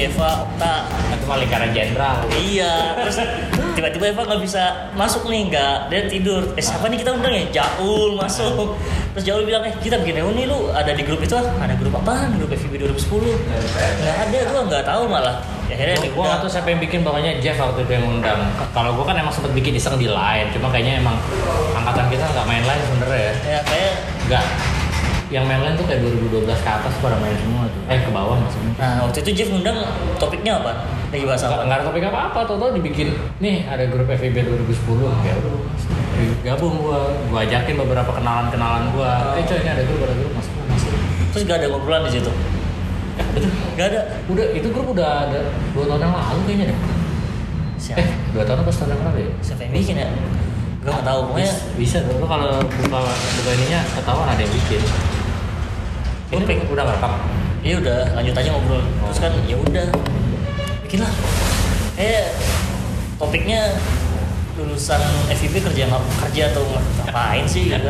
Eva, Okta. Itu malah lingkaran jenderal. Iya, terus tiba-tiba Eva nggak bisa masuk nih, dia tidur. Siapa nih kita undang ya? Jaul masuk. Terus Jaul bilang, kita bikin reuni, lu ada di grup itu ah? Ada grup apaan? Grup FIB 2010. Nggak ada, gua nggak tahu malah. Ya, akhirnya gue nggak tahu siapa yang bikin, pokoknya Jeff waktu itu yang undang. Kalau gue kan emang sempet bikin iseng di line, cuma kayaknya emang angkatan kita nggak main line sebenernya ya. Ya kayak nggak, yang main line tuh kayak 2012 ke atas pada main semua tuh. Ke bawah maksudnya. Nah waktu itu Jeff undang topiknya apa? Lagi bahas apa? Nggak ada topik apa-apa, tau-tau dibikin nih ada grup FIB 2010 ya udah gabung gue ajakin beberapa kenalan gue. Coy ini ada grup masuk. Terus gak ada ngobrolan di situ? Betul. Gak ada. Udah itu grup udah ada 2 tahun yang lalu kayaknya deh. Siapa? 2 tahun apa setahun yang lalu ya? Siapa yang bikin ya? Gue nggak tahu. Pokoknya bisa tuh lo kalau buka ininya ketahuan ada yang bikin. Ini pengen udah ngerekam. Iya udah, lanjut aja ngobrol. Terus kan ya udah, bikin lah. Topiknya lulusan FIB kerja atau ngapain sih? Gitu.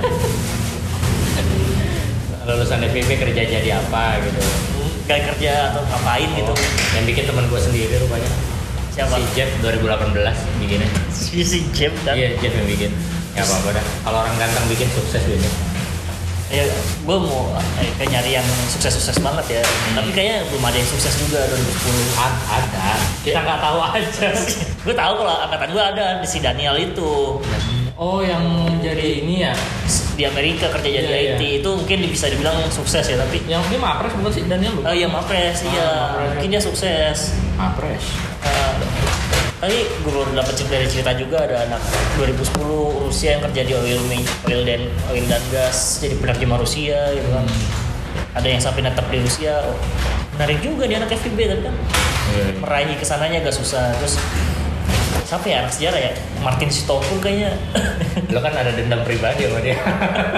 Lulusan FIB kerja jadi apa gitu? Gak kerja atau ngapain gitu? Yang bikin teman gue sendiri rupanya. Siapa? Si Jeff 2018 bikinnya. Si Jeff kan? Iya Jeff yang bikin. Gak apa-apa dah. Kalau orang ganteng bikin sukses ini. Ya, gue mau kayak nyari yang sukses banget ya. Tapi kayaknya belum ada yang sukses juga 2010. Ada. Kita nggak tahu aja. Gue tahu kalau angkatan gue ada si Daniel itu. Oh yang jadi ini ya di Amerika kerja jadi IT itu mungkin bisa dibilang sukses ya, tapi yang dia Mapres bukan sih Daniel? Oh iya Mapres, iya mungkin dia sukses. Mapres. Tadi gue baru dapat cerita juga ada anak 2010 Rusia yang kerja di oil dan gas, jadi penerjemah Rusia gitu kan. Ada yang sampai netap di Rusia. Menarik juga dia anak FIB kan. Meraih kesananya agak susah. Terus siapa ya anak sejarah ya? Martin Sitompul kayaknya. Lo kan ada dendam pribadi sama dia.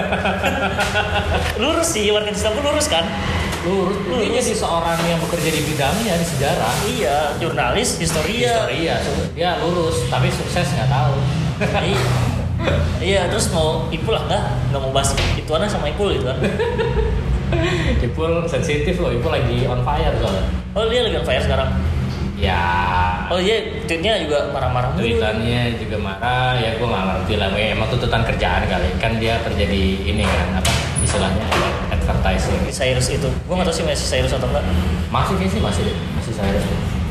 Lurus sih, Martin Sitompul lurus kan? Lurus. Dia jadi seorang yang bekerja di bidangnya di sejarah. Iya, jurnalis, historia. Dia lurus, tapi sukses nggak tahu. Iya, terus mau Ipul lah nggak mau bahas ituannya sama Ipul gitu kan? Ipul sensitif loh, Ipul lagi on fire soalnya. Oh dia lagi on fire sekarang? Ya. Oh iya, tweetnya juga marah-marah mulu. Tweetannya juga marah, ya gue nggak ngerti lah. Emang tuntutan kerjaan kali, kan dia kerja di ini kan apa istilahnya advertising. Cyrus itu, gue nggak tahu sih masih Cyrus atau enggak. Masih Cyrus.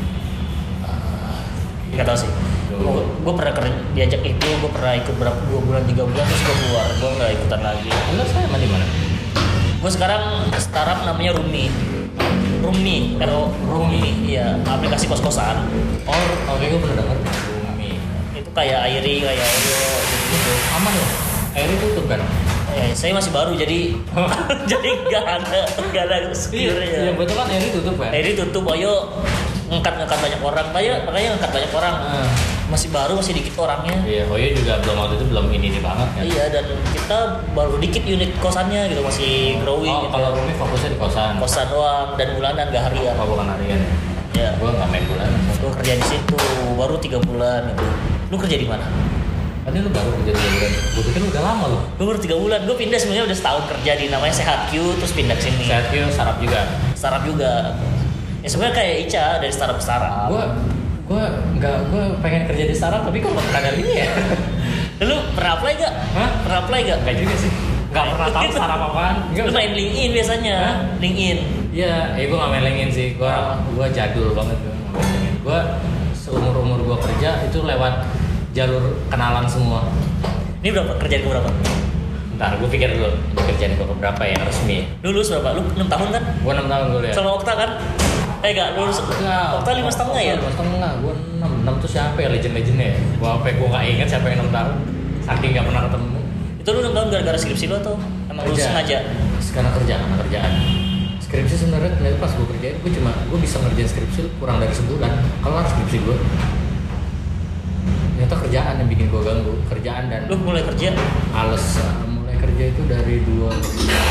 Nggak tahu sih. Gue pernah diajak itu, gue pernah ikut berapa 2 bulan 3 bulan terus gue keluar, gue nggak ikutan lagi. Lo saya di mana? Gue sekarang startup namanya Rumi, iya aplikasi kos-kosan. Oke, gue pernah dengar Rumi. Itu kayak Airi, kayak Oyo gitu. Aman loh. Airi tutup kan? Saya masih baru jadi jadi nggak ada secure-nya. Iya betul kan Airi tutup kan? Airi tutup, Oyo ngangkat banyak orang, makanya ngangkat banyak orang. Masih baru, masih dikit orangnya. Iya, Oyo juga waktu itu belum ini banget kan? Iya, dan kita baru dikit unit kosannya gitu, masih growing. Oh, gitu. kalau Rumi fokusnya di kosan. Kosan doang dan bulanan, gak harian. Oh, bukan harian ya? Ya. Gue nggak main bulanan. Gue kerja di situ baru 3 bulan gitu. Lu kerja di mana? Tadi lu baru kerja 3 bulan. Gue pikir udah lama lu. Gue baru 3 bulan. Gue pindah sebenarnya udah setahun kerja di namanya Sehat Q, terus pindah ke sini. Sehat Q startup juga. Startup juga. Ya sebenarnya kayak Ica dari startup ke startup. Gue pengen kerja di startup tapi kok nggak pernah ada ini ya. Lu pernah apply gak? Hah? Pernah apply gak? Enggak juga sih. Gak pernah tahu startup apaan. Lu main LinkedIn biasanya. Hah? LinkedIn. Iya, gue nggak main LinkedIn sih. Gue jadul banget gue seumur gue kerja itu lewat jalur kenalan semua. Ini kerjaan gue berapa? Ntar gue pikir dulu kerjaan gue berapa yang resmi. Lulus berapa? Lu 6 tahun kan? Gue 6 tahun dulu ya. Sama Okta kan? Enggak, lulus. Okta 5,5 ya? 5,5, gue 6 tuh siapa ya legend-legendnya ya? Gue gak inget siapa yang 6 tahun. Saking gak pernah ketemu. Itu lu 6 tahun gara-gara skripsi lu atau emang lu sengaja? Karena kerjaan. Skripsi sebenarnya ternyata pas gue kerjain, gue bisa ngerjain skripsi kurang dari sebulan. Kalau harus skripsi gue. Ternyata kerjaan yang bikin gue ganggu. Kerjaan dan lu mulai kerja? Mulai kerja itu dari 14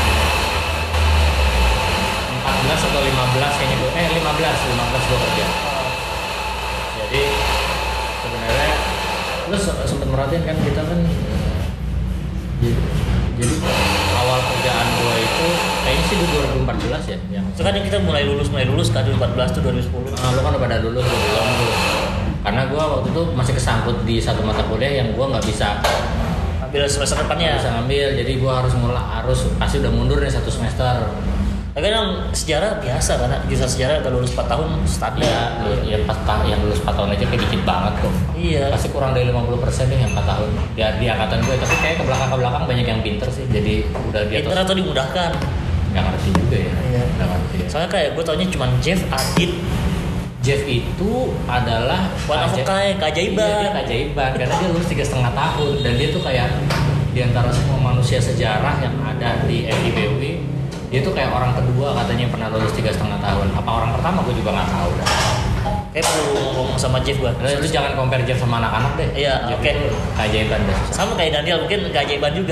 atau 15 kayaknya gue 15 gue kerja. Jadi sebenarnya lu sempat merhatiin kan kita kan jadi awal kerjaan gue itu kayaknya sih di 2014 ya yang Itu kan yang kita mulai lulus kan 2014 tuh 2010. lu kan udah pada lulus lu belum tuh. Karena gue waktu itu masih kesangkut di satu mata kuliah yang gue nggak bisa Ambil semester depannya. bisa ngambil, jadi gue harus pasti udah mundur nih 1 semester. Tapi kan sejarah biasa karena jurusan sejarah kalau lulus 4 tahun standar. Iya, yang lulus 4 tahun aja kayak dikit banget kok. Iya. Pasti kurang dari 50% deh yang 4 tahun. Ya di angkatan gue, tapi kayak ke belakang banyak yang pinter sih. Jadi udah di atas. Pinter atau dimudahkan? Nggak ngerti juga ya. Iya. Nggak ngerti ya. Soalnya kayak gue taunya cuma Jeff, Adit. Jeff itu adalah One of a kind, keajaiban. Iya, dia keajaiban karena dia lulus 3,5 tahun dan dia tuh kayak di antara semua manusia sejarah yang ada di FIBUI, dia tuh kayak orang kedua katanya yang pernah lulus 3,5 tahun. Apa orang pertama gue juga nggak tahu dah. Kayak perlu ngomong sama Jeff gue. Nah, lu jangan compare Jeff sama anak-anak deh. Iya, Jeff oke. itu keajaiban deh. Sama kayak Daniel mungkin keajaiban juga.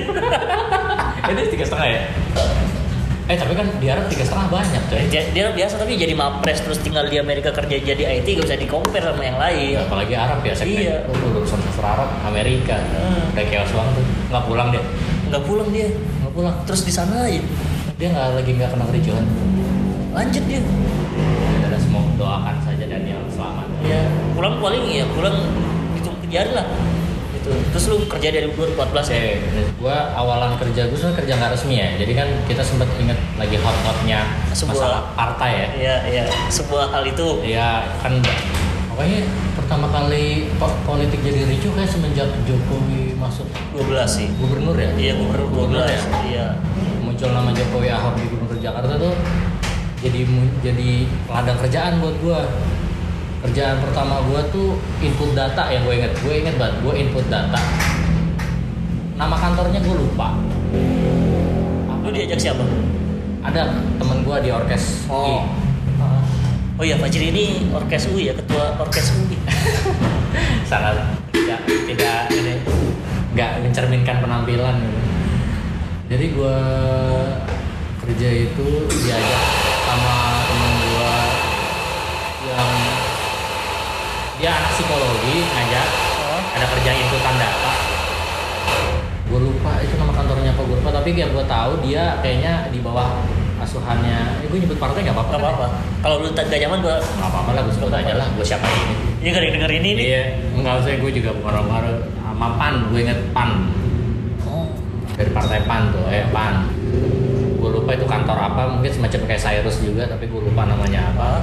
Ini 3,5 ya? Tapi kan di Arab 3,5 banyak tuh. Dia biasa tapi jadi mapres terus tinggal di Amerika kerja jadi IT gak bisa di compare sama yang lain. Apalagi Arab ya, segmen. Iya. Lulusan sastra Arab, Amerika. Udah chaos banget tuh. Nggak pulang dia. Nggak pulang dia. Nggak pulang. Terus di sana aja. Dia nggak kena kericuhan. Lanjut dia. Kita semua doakan saja Daniel selamat. Ya pulang paling ya pulang itu kejar lah. Gitu. Terus lu kerja dari 2014 ya? Gua awalan kerja gue sebenarnya kerja nggak resmi ya. Jadi kan kita sempat inget lagi hot-hotnya masalah partai ya. Iya. Sebuah hal itu. Iya kan. Pokoknya pertama kali politik jadi ricuh kayak semenjak Jokowi masuk 12 sih. gubernur ya. Iya gubernur 12 ya. Iya. Muncul nama Jokowi Ahok di gubernur Jakarta tuh jadi ladang kerjaan buat gua. Kerjaan pertama gue tuh input data yang gue inget banget, gue input data. Nama kantornya gue lupa. Lu diajak siapa? Ada temen gue di orkes UI. Oh iya Fajri ini orkes UI ya, ketua orkes UI. Sangat tidak ini nggak mencerminkan penampilan gitu. Jadi gue kerja itu diajak sama temen gue yang dia anak psikologi ngajak ada kerja inputan data. Gue lupa itu nama kantornya apa, gue lupa, tapi kayak gue tahu dia kayaknya di bawah asuhannya. Gue nyebut partai nggak apa-apa. Nggak apa-apa. Kalau lu gak nyaman gue nggak apa-apa lah, gue sebut aja lah. Gue siapa ini? Iya denger ini nih. Iya, nggak usah, gue juga bukan orang baru. Sama PAN, gue inget PAN. Dari partai PAN tuh, PAN. Gue lupa itu kantor apa, mungkin semacam kayak Cyrus juga, tapi gue lupa namanya apa.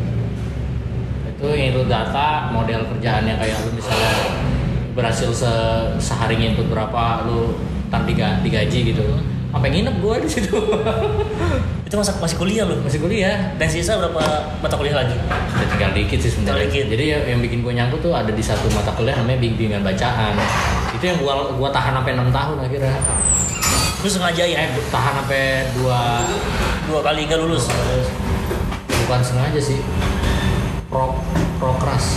Itu input data, model kerjaannya kayak lu misalnya berhasil sehari input berapa, lu ntar digaji gitu. Sampai nginep gue di situ. Itu masih kuliah lu? Masih kuliah. Dan sisa berapa mata kuliah lagi? Ya, tinggal dikit sih sebenarnya. Jadi yang bikin gue nyangkut tuh ada di satu mata kuliah namanya bimbingan bacaan. Itu yang gua tahan sampai 6 tahun akhirnya. Lu sengaja ya? Tahan sampai dua kali nggak lulus. Bukan sengaja sih. Prokras.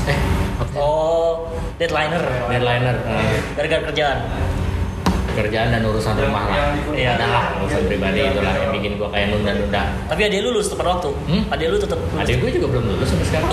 Deadliner. Gara-gara kerjaan dan urusan rumah lah. Iya. Adalah urusan pribadi itulah yang bikin gua kayak nunda-nunda. Tapi adik lu lulus tepat waktu. Adik lu tetap lulus. Adik gua juga belum lulus sampai sekarang.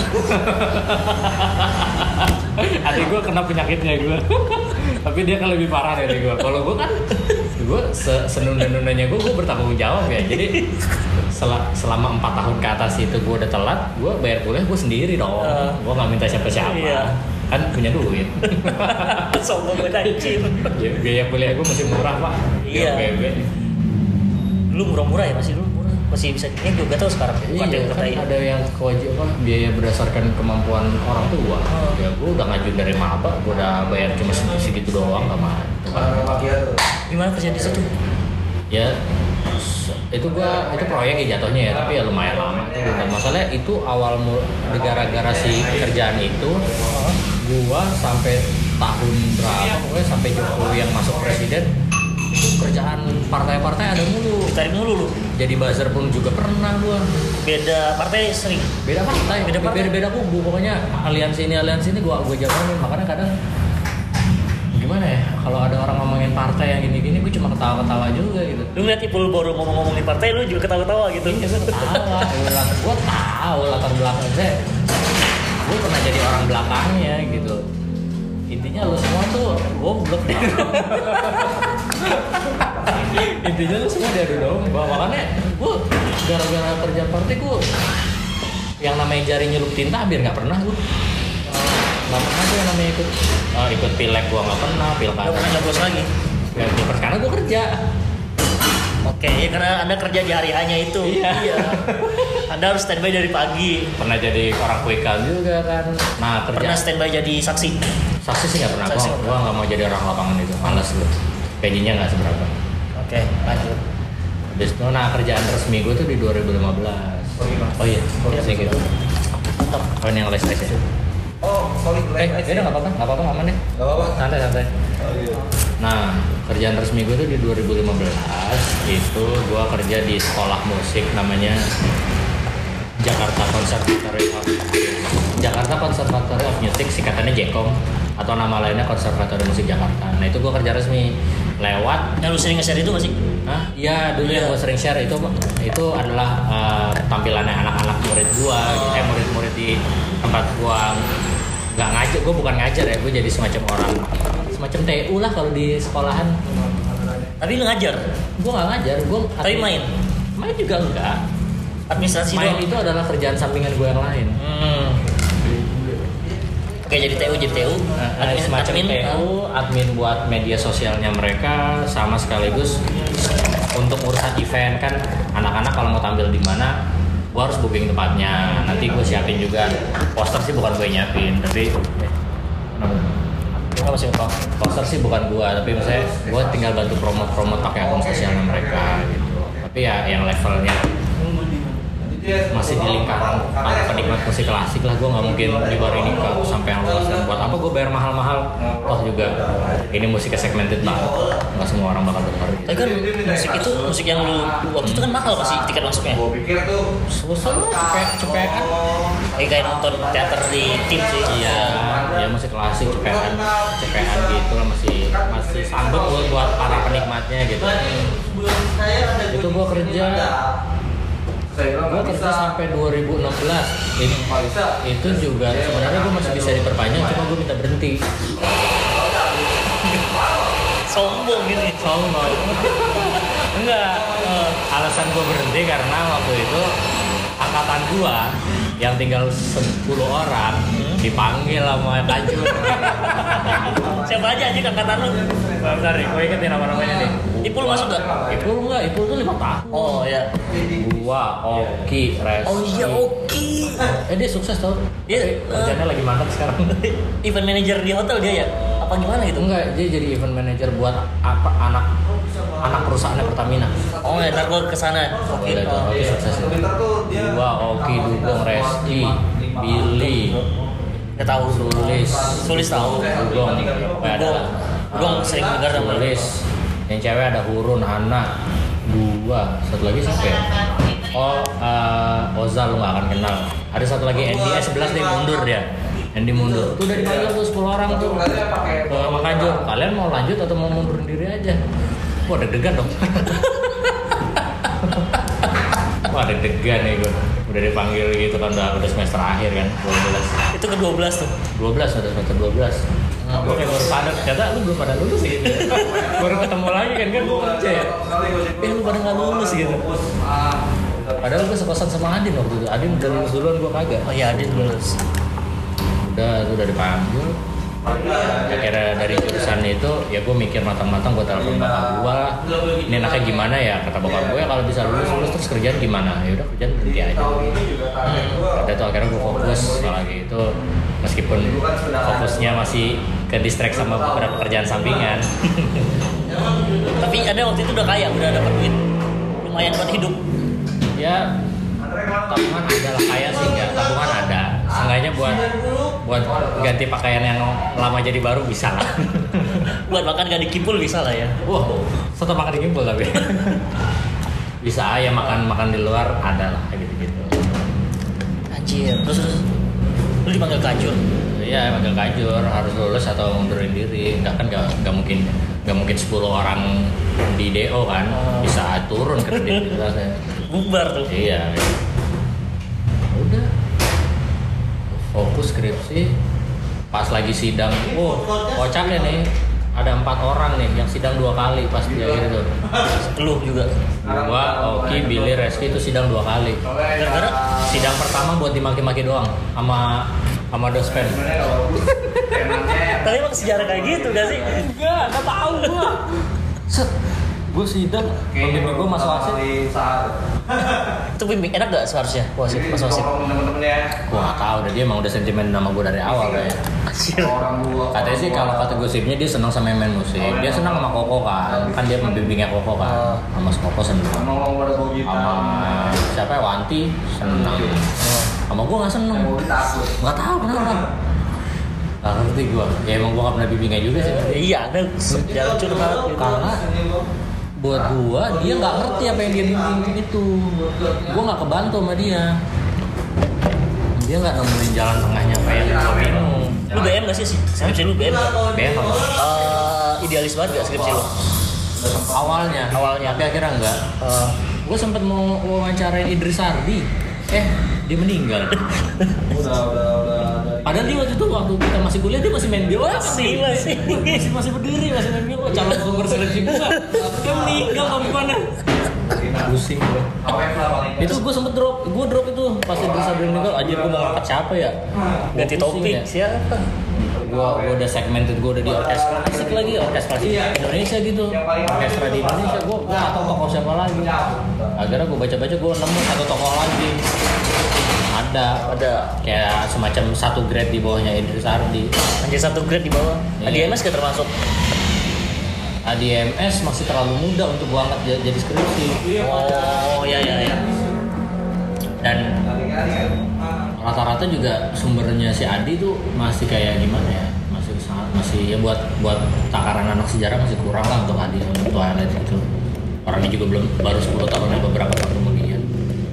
Adik gua kena penyakitnya gua. Tapi dia kan lebih parah dari gua. Kalau gua kan senunda-nundanya gua bertanggung jawab ya. Jadi selama 4 tahun ke atas itu gue udah telat, gue bayar kuliah gue sendiri dong. Gue nggak minta siapa-siapa. Iya. Kan punya duit. Sombong banget anjir. Biaya kuliah gue masih murah pak. Iya. Lu murah-murah ya, masih masih bisa. Gue gak tahu sekarang. Iya, kan ada yang kewajiban biaya berdasarkan kemampuan orang tua. Ya gue udah ngajuin dari maba, gue udah bayar cuma segitu doang sama. Gimana kerja di situ? Ya itu proyek ya jatuhnya ya, tapi ya lumayan lama tuh. Dan masalahnya itu awal gara-gara si kerjaan itu gua sampai tahun berapa pokoknya sampai Jokowi yang masuk presiden itu kerjaan partai-partai ada mulu. Ditarik mulu lu. Jadi buzzer pun juga pernah gua. Beda partai sering. Beda partai, beda kubu, pokoknya aliansi ini gua jalanin. Makanya kadang gimana ya, kalau ada orang ngomongin partai yang gini-gini, gue cuma ketawa-ketawa juga gitu. Lu ngeliat Ipul baru ngomongin partai, lu juga ketawa-ketawa gitu. Iya, gue tahu latar belakang saya. Gue pernah jadi orang belakangnya gitu. intinya lu semua tuh goblok deh. Intinya lu semua diadu domba. Makanya gue gara-gara kerja partai gue yang namanya jari nyelup tinta hampir nggak pernah gue. Nggak pernah tuh yang namanya ikut pileg gue nggak pernah, pilkada Nggak pernah nyoblos lagi. ya pilpres karena gue kerja. Oke, ya karena Anda kerja di hari hanya itu. Iya. Anda harus standby dari pagi. Pernah jadi orang quick count juga kan. Nah kerja Pernah standby jadi saksi. saksi sih nggak pernah. Saksi nggak Gue nggak mau jadi orang lapangan itu, malas gue. Gajinya nggak seberapa. Oke, lanjut. Habis itu nah kerjaan resmi gue tuh di 2015. Oh iya, sih gitu. Oh ini yang les ya. Oh, sorry, Udah nggak apa-apa, aman ya. Gak apa-apa. Santai. Oh, iya. Nah, kerjaan resmi gue tuh di 2015 itu gue kerja di sekolah musik namanya Jakarta Conservatory of Music, singkatannya JECOM atau nama lainnya Konservatori Musik Jakarta. Nah itu gue kerja resmi lewat. Yang lu sering nge-share itu nggak sih? Hah? Iya dulu yang gue sering share itu adalah tampilannya anak-anak murid gue, murid-murid di tempat gue nggak ngajar. Gue bukan ngajar ya, gue jadi semacam TU lah kalau di sekolahan. Tapi lu ngajar? Gue nggak ngajar, gue Tapi main? Main juga enggak. Administrasi Main doang? itu adalah kerjaan sampingan gue yang lain. Oke, jadi TU. Semacam TU, admin buat media sosialnya mereka, sama sekaligus untuk urusan event kan. Anak-anak kalau mau tampil di mana, gue harus booking tempatnya. Nanti gue siapin juga poster sih bukan gue nyiapin, tapi Apa sih Pak? poster sih bukan gue, tapi misalnya gue tinggal bantu promote pakai akun sosialnya mereka gitu. Tapi ya yang levelnya masih di lingkaran penikmat musik klasik lah. Gue nggak mungkin di luar ini sampai yang luas. Dan buat apa gue bayar mahal-mahal, toh juga ini musiknya segmented banget, nggak semua orang bakal denger gitu. Tapi kan musik yang lu waktu itu kan mahal pasti tiket masuknya. Gua pikir tuh Susah lah, cepekan. Kayak nonton teater di tim sih. Iya, ya musik klasik cepekan gitu lah, masih sanggup buat para penikmatnya gitu. Itu gue kerja sampai 2016. Itu juga sebenarnya gue masih bisa diperpanjang, cuma gue minta berhenti. Sombong gini. Sombong. Enggak. Alasan gue berhenti karena waktu itu angkatan gue yang tinggal 10 orang dipanggil sama Kajur. Siapa aja angkatan lu? Bentar nih, gue ingetin nama-namanya nih. Ipul masuk gak? Ipul tuh 5 tahun. Oh ya. Gua, Oki, Reski. Oh iya Oki. Dia sukses tau. Iya. Kerjanya lagi mantap sekarang. Event manager di hotel dia ya? Apa gimana gitu? Enggak, dia jadi event manager buat anak perusahaannya Pertamina. Oh ya, ntar gua kesana. Oke. Oki sukses ya. Gua, Oki, Dugong, Reski, Billy, Gak tahu. Sulis tahu. Dugong, Dugong sering dengar nama. Sulis. Yang cewek ada Hurun, Hana, gua, satu lagi siapa ya? Oza lu gak akan kenal. Ada satu lagi Andy, 11 dia mundur dia. Andy mundur. Tuh udah dipanggil tuh 10 orang tuh. Sama Kajur, kalian mau lanjut atau mau mundurin diri aja? Wah deg-degan dong. Wah deg-degan nih gue. Udah dipanggil gitu kan, udah semester akhir kan, 12. Itu ke-12 tuh. 12, udah semester 12. Gue kayak baru pada, ternyata lu belum pada lulus gitu. Baru ketemu lagi kan gue kerja ya. Lu pada gak lulus gitu. Padahal gue sekosan sama Adin waktu itu. Adin udah lulus duluan, gue kagak. Oh iya, Adin lulus. Udah dipanggil. Akhirnya dari jurusan itu ya gue mikir matang-matang, gue telepon bapak gue, ini enaknya gimana ya, kata bapak gue kalau bisa lulus terus kerjaan gimana, ya udah kerjaan berhenti aja. Udah tuh akhirnya gue fokus lagi itu, meskipun fokusnya masih ke distract sama beberapa pekerjaan sampingan. Tapi ada waktu itu udah kaya, udah dapat duit lumayan buat hidup. Ya tabungan ada lah, kaya sih enggak, tabungan ada. Seenggaknya buat ganti pakaian yang lama jadi baru bisa lah. Buat makan gak dikimpul bisa lah ya. Wah, soto makan dikimpul tapi. Bisa ya, makan di luar ada lah gitu-gitu. Anjir, terus lu dipanggil Kajur. Iya, panggil Kajur, harus lulus atau mundurin diri. Enggak kan enggak mungkin 10 orang di DO kan. Bisa turun kredit gitu rasanya. Bubar tuh. Iya. Udah. Fokus skripsi. pas lagi sidang, kocaknya nih ada 4 orang nih yang sidang 2 kali pas di akhir itu. Lu juga. Gua, Oki, Billy, Reski itu sidang 2 kali. Gara-gara Sidang pertama buat dimaki-maki doang sama dospen. tapi emang sejarah kayak gitu gak sih? Enggak tahu gua. Set, gua sidang, pembimbing gua masuk wasit. Itu bimbing enak gak seharusnya wasit pas wasit? Gua nggak tahu, dia emang udah sentimen sama gua dari awal kayak. Katanya sih kalau kata gosipnya dia senang sama main musik. Dia senang sama Koko kan dia pembimbingnya Koko kan. Sama Koko senang. Sama siapa ya, Wanti senang. Sama gua nggak seneng. Nggak tahu kenapa. Nggak ngerti gua. Ya emang gua nggak pernah bimbingnya juga sih. Iya, ada jalan curhat gitu. Karena buat gua dia nggak ngerti apa yang dia bimbing itu. Gua nggak kebantu sama dia. Dia nggak nemuin jalan tengahnya apa yang gua bingung. Lu BM gak sih? Skripsi lu BM gak? BM apa? Idealis banget gak skripsi lu? Awalnya, tapi akhirnya enggak. Gue sempet mau wawancarain Idris Sardi, dia meninggal. Padahal dia waktu kita masih kuliah dia masih main biola. Masih berdiri, masih main biola. Calon sumber seleksi gua. Dia meninggal kapan? Pusing gue. Itu gue sempet drop itu pas Idris Sardi meninggal. Anjir gue mau ngangkat siapa ya? Ganti topik ya. siapa? Gua udah segmented, gue udah di orkestra klasik lagi, orkestra klasik Indonesia gitu, orkestra di Indonesia. Gue nggak tahu tokoh siapa lagi. Akhirnya gue baca-baca, gue nemu satu tokoh lagi. Ada kayak semacam satu grade di bawahnya Idris Sardi. Anjir satu grade di bawah. Iya. ADMS gak termasuk? ADMS masih terlalu muda untuk gue angkat jadi skripsi. Oh ya. Dan rata-rata juga sumbernya si Adi tuh masih kayak gimana ya, masih ya buat takaran anak sejarah masih kurang lah untuk Adi, untuk Toilet gitu. Orangnya juga baru 10 tahun ya, beberapa tahun kemudian.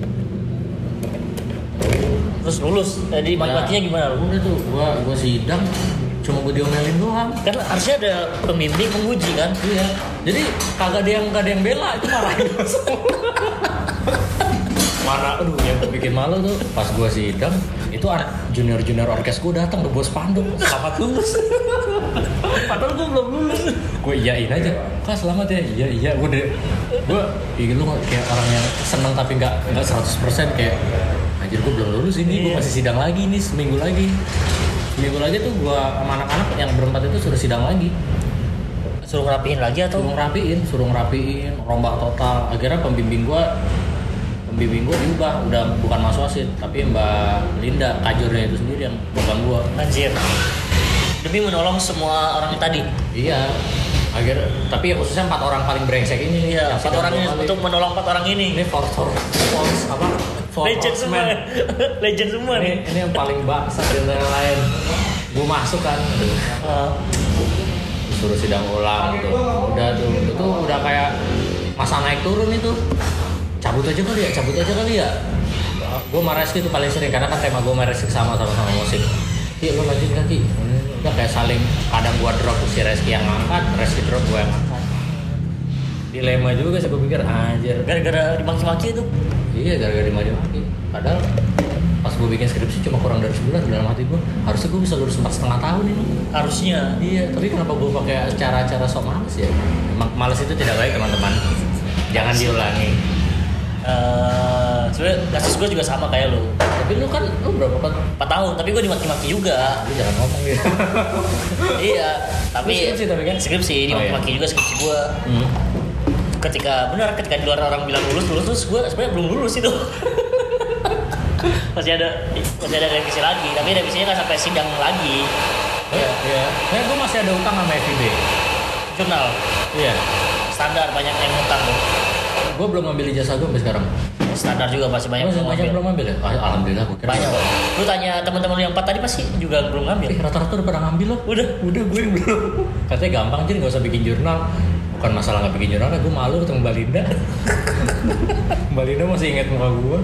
Terus lulus, jadi maki-makinya gimana lu? Udah tuh, gua sidang cuma gue diomelin doang. Kan harusnya ada pembimbing penguji kan? Iya. Jadi kagak ada yang bela, itu marahin semua. Mana, yang bikin malu tuh pas gue sidang itu junior orkes gue datang udah bawa spanduk selamat lulus. Padahal gue belum lulus. Gue iyain aja, Kak selamat ya. Iya gue lu kayak orang yang seneng tapi nggak 100% kayak anjir gue belum lulus ini, gue masih sidang lagi nih seminggu lagi tuh gue sama anak-anak yang berempat itu suruh sidang lagi. Suruh ngerapiin lagi atau? Suruh ngerapiin, rombak total. Akhirnya pembimbing gue diubah, udah bukan Mas Wasit tapi Mbak Linda, kajurnya itu sendiri yang program gua. Anjir. Demi menolong semua orang tadi. Iya. Tapi ya khususnya 4 orang paling brengsek ini. Iya, 4 orang ini untuk menolong 4 orang ini. Ini force Legend semua. Legend semua nih. Ini yang paling bangsat dari yang lain. Gua masuk kan. Suruh sidang ulang tuh. Udah tuh. Itu udah kayak masa naik turun itu. Cabut aja kali ya. Gue sama Reski itu paling sering karena kan tema gue sama Reski sama musik. Iya lo lanjut kaki. Udah kayak saling, kadang gue drop si Reski yang ngangkat, Reski drop gue yang ngangkat. Dilema juga sih gue pikir anjir. Gara-gara dimaki-maki itu. Iya gara-gara dimaki-maki. Padahal pas gue bikin skripsi cuma kurang dari sebulan dalam hati gue. Harusnya gue bisa lulus 4,5 tahun ini. Harusnya. Iya. Tapi kenapa gue pakai cara-cara sok males ya? Males itu tidak baik teman-teman. Jangan diulangi. Sebenernya kasus gue juga sama kayak lu. Tapi lu berapa kan? 4 tahun, tapi gue dimaki-maki juga. Lu jangan ngomong gitu. Iya, tapi kan? Skripsi dimaki-maki juga skripsi gue. Ketika di luar orang bilang lulus terus gue sebenarnya belum lulus itu. masih ada revisi lagi, tapi revisinya nggak sampai sidang lagi. Iya. Kayak gue masih ada utang sama FIB. Jurnal. Iya. Standar banyak yang utang tuh. Gue belum ngambil ijazah gue sampai sekarang. Standar juga masih banyak belum ngambil ya? Alhamdulillah gue kira banyak. Lu tanya teman-teman yang 4 tadi pasti juga belum ngambil. Rata-rata udah pernah ngambil loh. Udah gue yang belum. Katanya gampang jadi nggak usah bikin jurnal. Bukan masalah nggak bikin jurnal, gue malu ketemu Mbak Linda. Mbak Linda masih ingat muka gue.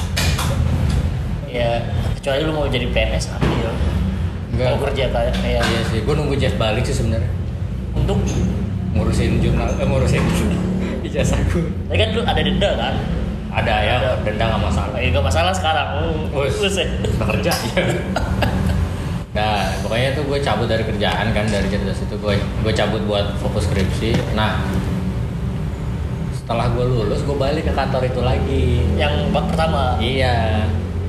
Ya kecuali lu mau jadi PNS ambil. Enggak. Mau kerja kayak. Iya sih. Gue nunggu Jeff balik sih sebenarnya. Untuk ngurusin jurnal, ngurusin ijazah gue. Tapi kan lu ada denda kan? Ada ya, denda nggak masalah. Nggak masalah sekarang. Lulus ya. Kerja. Nah, pokoknya itu gue cabut dari kerjaan kan, dari cerita situ gue cabut buat fokus skripsi. Nah, setelah gue lulus, gue balik ke kantor itu lagi. Yang pertama. Iya.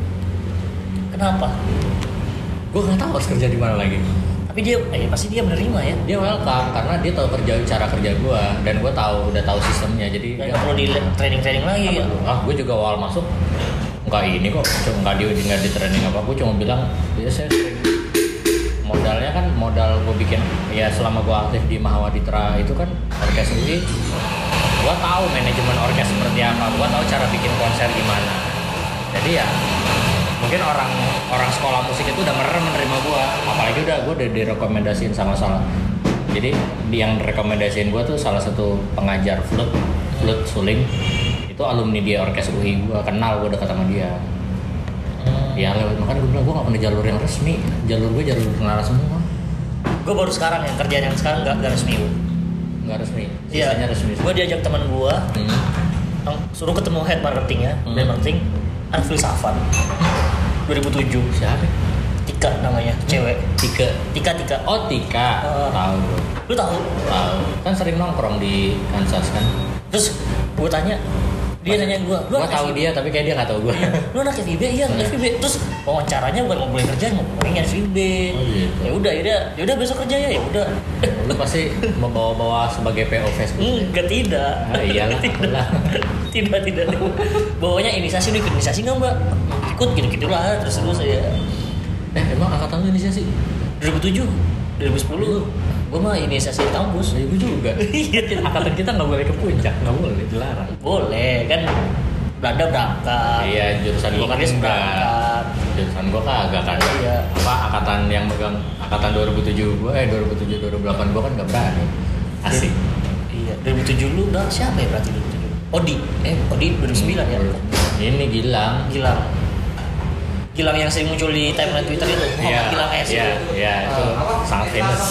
Kenapa? Gue nggak tahu harus kerja di mana lagi. Tapi dia, pasti dia menerima ya. Dia welcome karena dia tahu cara kerja gue dan gue udah tahu sistemnya. Jadi nggak perlu di training lagi ya. Gue juga awal masuk nggak ini kok, nggak di training apa. Gue cuma bilang, ya saya sering modalnya kan modal gue bikin ya selama gue aktif di Mahawaditra itu kan orkes UI. Gue tahu manajemen orkes seperti apa, gue tahu cara bikin konser gimana. Jadi ya mungkin orang sekolah musik itu udah menerima gue, apalagi gue udah direkomendasiin sama salah. Jadi yang rekomendasiin gue tuh salah satu pengajar flute suling itu alumni dia orkes UI, gue kenal, gue dekat sama dia. Ya lewat, makanya gue bilang gue gak pernah jalur yang resmi, jalur gue jalur kenalan semua. Gue baru sekarang yang kerjaan yang sekarang gak resmi. Nggak resmi, iya. Sisanya resmi. Gue diajak teman gue, suruh ketemu head marketing ya, head marketing Anfil Safan 2007. Siapa? Tika namanya, cewek. Tika. Oh Tika, tahu. Lu tahu? Tahu. Kan sering nongkrong di Kansas kan. Terus gue tanya, dia nanya gue tahu dia tapi kayak dia nggak tahu gue. Lu anak FIB? Iya, FIB. Terus wawancaranya bukan mau boleh kerja, mau pengen FIB. Oh, gitu. Ya udah besok kerja ya udah. Lu pasti membawa sebagai PO Facebook. Enggak, tidak. Iyalah. Tidak. Bawanya inisiasi nggak mbak? Ikut gitu-gitulah terus saya. Emang angkatan lu inisiasi? 2007, 2010. Gue mah inisiasi kampus. Ya, gue juga. Angkatan kita nggak boleh ke puncak, nggak boleh, dilarang. Boleh kan, Belanda berangkat. Iya, jurusan gue kan enggak. Jurusan gue kagak kan. Iya. Apa angkatan yang megang angkatan 2007 gue 2008 gue kan nggak berani. Asik. Iya, 2007 lu udah siapa ya berarti 2007? Odi 2009 ya. Ini Gilang yang sering muncul di timeline Twitter itu, Muhammad Gilang S. Iya, itu sangat famous.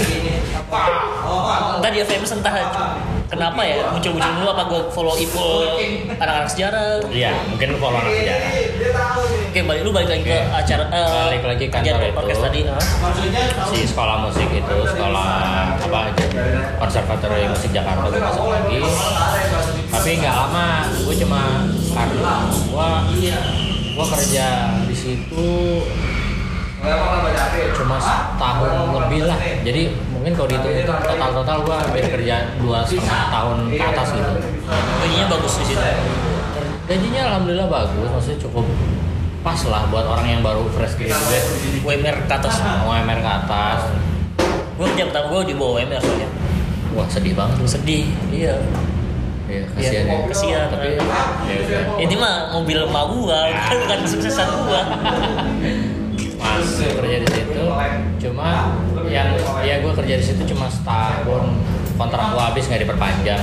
Entah dia famous, entah kenapa ya muncul dulu, apa gue follow Ipul anak-anak sejarah. Iya, mungkin lu follow anak sejarah. Oke, balik lagi ke acara balik lagi kantor itu. Orkes tadi. Si sekolah musik itu, Konservatorium Musik Jakarta gue masuk lagi. Tapi nggak lama, gue cuma karena gue kerja di situ cuma setahun lebih lah. Jadi mungkin kalau dihitung itu total gue hampir kerja 2,5 tahun ke atas gitu. Gajinya bagus di situ. Gajinya alhamdulillah bagus, maksudnya cukup pas lah buat orang yang baru fresh graduate. UMR ke atas. UMR ke atas. Gue kerja pertama gue di bawah UMR soalnya. Wah sedih banget. Sedih, iya. Iya, kasihan ya. Kasihan. Tapi ya udah. Ini mah mobil emak gua, bukan kesuksesan gua. Masuk kerja di situ. Cuma gua kerja di situ cuma setahun. Kontrak gua habis nggak diperpanjang.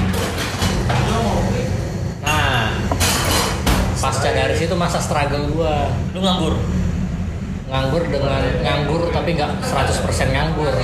Nah, pasca dari situ masa struggle gua. Lu nganggur tapi nggak 100% nganggur.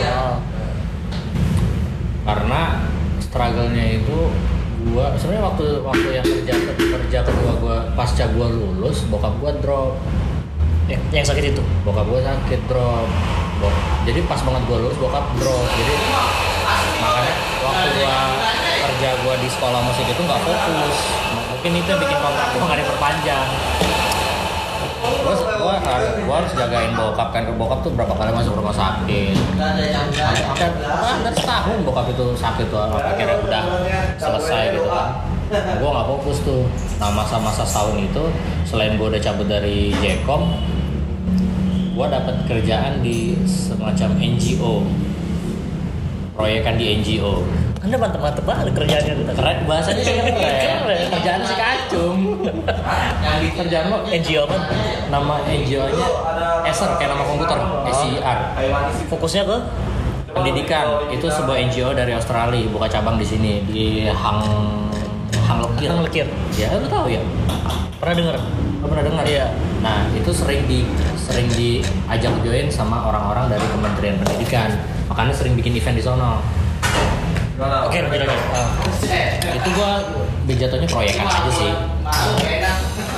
Karena struggle-nya itu gua sebenarnya waktu yang kerja kedua gua pasca gua lulus, bokap gua drop. Yang sakit itu. Bokap gua sakit drop. Jadi pas banget gua lulus bokap drop. Jadi makanya waktu kerja gua di sekolah musik itu nggak fokus. Mungkin itu yang bikin kontrak gua nggak diperpanjang. Terus gua harus jagain bokap kan, bokap tuh berapa kali masuk rumah sakit. Hampir setahun bokap itu sakit tuh, akhirnya udah selesai gitu kan. Gua nggak fokus tuh. Nah masa-masa setahun itu selain gua udah cabut dari Jekom, gua dapat kerjaan di semacam NGO, proyekan di NGO. Anda mantep-mantep banget kerjaannya. Keren, bahasanya keren. Kerjaan si kacung. Kerjaan lo NGO apa? Nama NGO-nya Acer, kayak nama komputer, SCR. Fokusnya ke pendidikan. Itu sebuah NGO dari Australia, buka cabang di sini di Hang Lekir. Ya, lu tahu ya? Pernah dengar? Pernah dengar? Iya. Nah, itu sering diajak join sama orang-orang dari Kementerian Pendidikan. Makanya sering bikin event di sono. Oke, lanjut. Itu gua jatuhnya proyekan aja sih.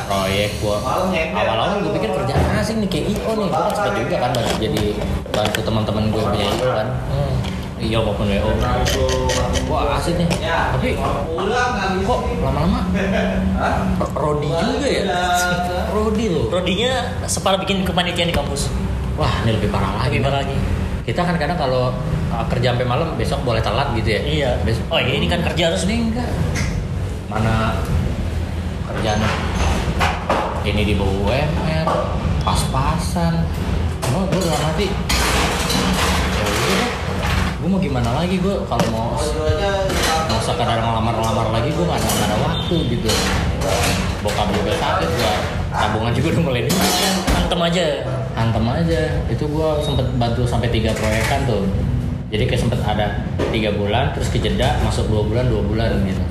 proyek gue awal-awal gue pikir kerjaan asing nih kayak IO nih, gue kan sempet juga kan bantu jadi bantu teman-teman gue punya IO kan, IO maupun WO. Wah asik nih, tapi kok lama-lama Rodi juga ya, Rodi loh. Rodinya separah bikin kepanitiaan di kampus. Wah ini lebih parah lagi. Lebih parah lagi. Kita kan kadang kalau kerja sampai malam besok boleh telat gitu ya. Iya. Besok. Oh ini kan kerja harus Ini enggak. Mana kerjaan ini di bawah UMR, pas-pasan. Oh, gue udah mati. Ya udah, gue mau gimana lagi, gue kalau mau sekadar ngelamar lagi gue nggak ada waktu gitu. Bokap juga sakit, gue tabungan juga udah mulai hantem aja. Itu gue sempet bantu sampai 3 proyekan tuh. Jadi kayak sempet ada 3 bulan, terus kejeda masuk 2 bulan gitu.